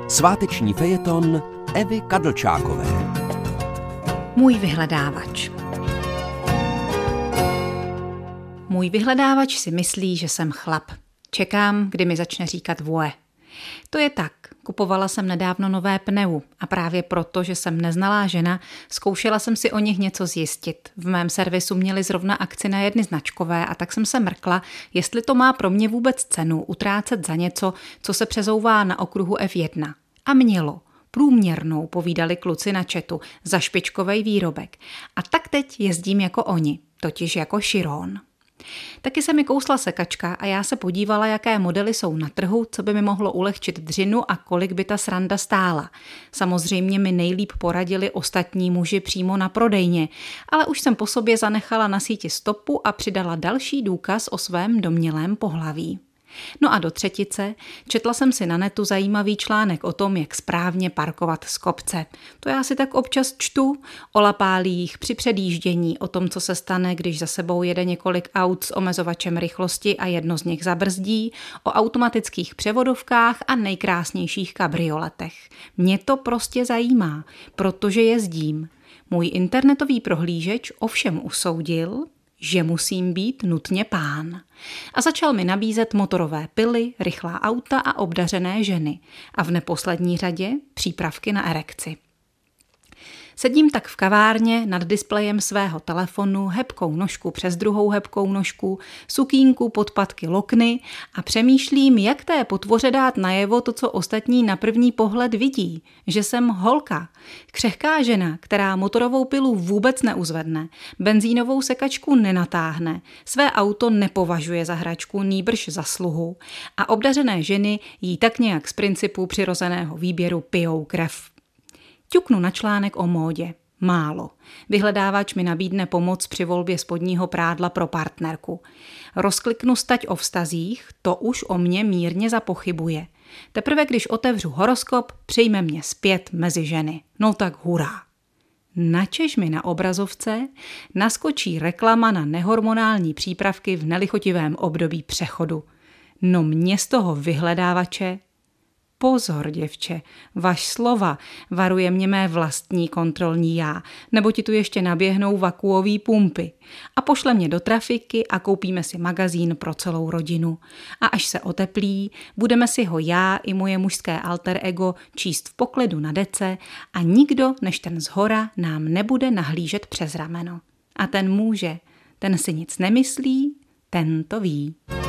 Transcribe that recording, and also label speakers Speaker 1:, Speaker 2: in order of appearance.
Speaker 1: Sváteční fejeton Evy Kadlčákové.
Speaker 2: Můj vyhledávač. Můj vyhledávač si myslí, že jsem chlap. Čekám, kdy mi začne říkat voe. To je tak. Kupovala jsem nedávno nové pneu a právě proto, že jsem neznalá žena, zkoušela jsem si o nich něco zjistit. V mém servisu měli zrovna akci na jedny značkové a tak jsem se mrkla, jestli to má pro mě vůbec cenu utrácet za něco, co se přesouvá na okruhu F1. A mělo. Průměrnou, povídali kluci na chatu, za špičkovej výrobek. A tak teď jezdím jako oni, totiž jako Chiron. Taky se mi kousla sekačka a já se podívala, jaké modely jsou na trhu, co by mi mohlo ulehčit dřinu a kolik by ta sranda stála. Samozřejmě mi nejlíp poradili ostatní muži přímo na prodejně, ale už jsem po sobě zanechala na síti stopu a přidala další důkaz o svém domnělém pohlaví. No a do třetice četla jsem si na netu zajímavý článek o tom, jak správně parkovat z kopce. To já si tak občas čtu o lapálích při předjíždění, o tom, co se stane, když za sebou jede několik aut s omezovačem rychlosti a jedno z nich zabrzdí, o automatických převodovkách a nejkrásnějších kabrioletech. Mě to prostě zajímá, protože jezdím. Můj internetový prohlížeč ovšem usoudil, že musím být nutně pán. A začal mi nabízet motorové pily, rychlá auta a obdařené ženy. A v neposlední řadě přípravky na erekci. Sedím tak v kavárně nad displejem svého telefonu, hebkou nožku přes druhou hebkou nožku, sukínku, podpatky, lokny a přemýšlím, jak té potvoře dát najevo to, co ostatní na první pohled vidí, že jsem holka, křehká žena, která motorovou pilu vůbec neuzvedne, benzínovou sekačku nenatáhne, své auto nepovažuje za hračku, nýbrž za sluhu a obdařené ženy jí tak nějak z principu přirozeného výběru pijou krev. Ťuknu na článek o módě. Málo. Vyhledávač mi nabídne pomoc při volbě spodního prádla pro partnerku. Rozkliknu stať o vztazích, to už o mě mírně zapochybuje. Teprve když otevřu horoskop, přijme mě zpět mezi ženy. No tak hurá. Načež mi na obrazovce naskočí reklama na nehormonální přípravky v nelichotivém období přechodu. No mě z toho vyhledávače. Pozor, děvče, vaš slova, varuje mě mé vlastní kontrolní já, nebo ti tu ještě naběhnou vakuový pumpy a pošle mě do trafiky a koupíme si magazín pro celou rodinu. A až se oteplí, budeme si ho já i moje mužské alter ego číst v poklidu na dece a nikdo než ten zhora nám nebude nahlížet přes rameno. A ten může, ten si nic nemyslí, ten to ví.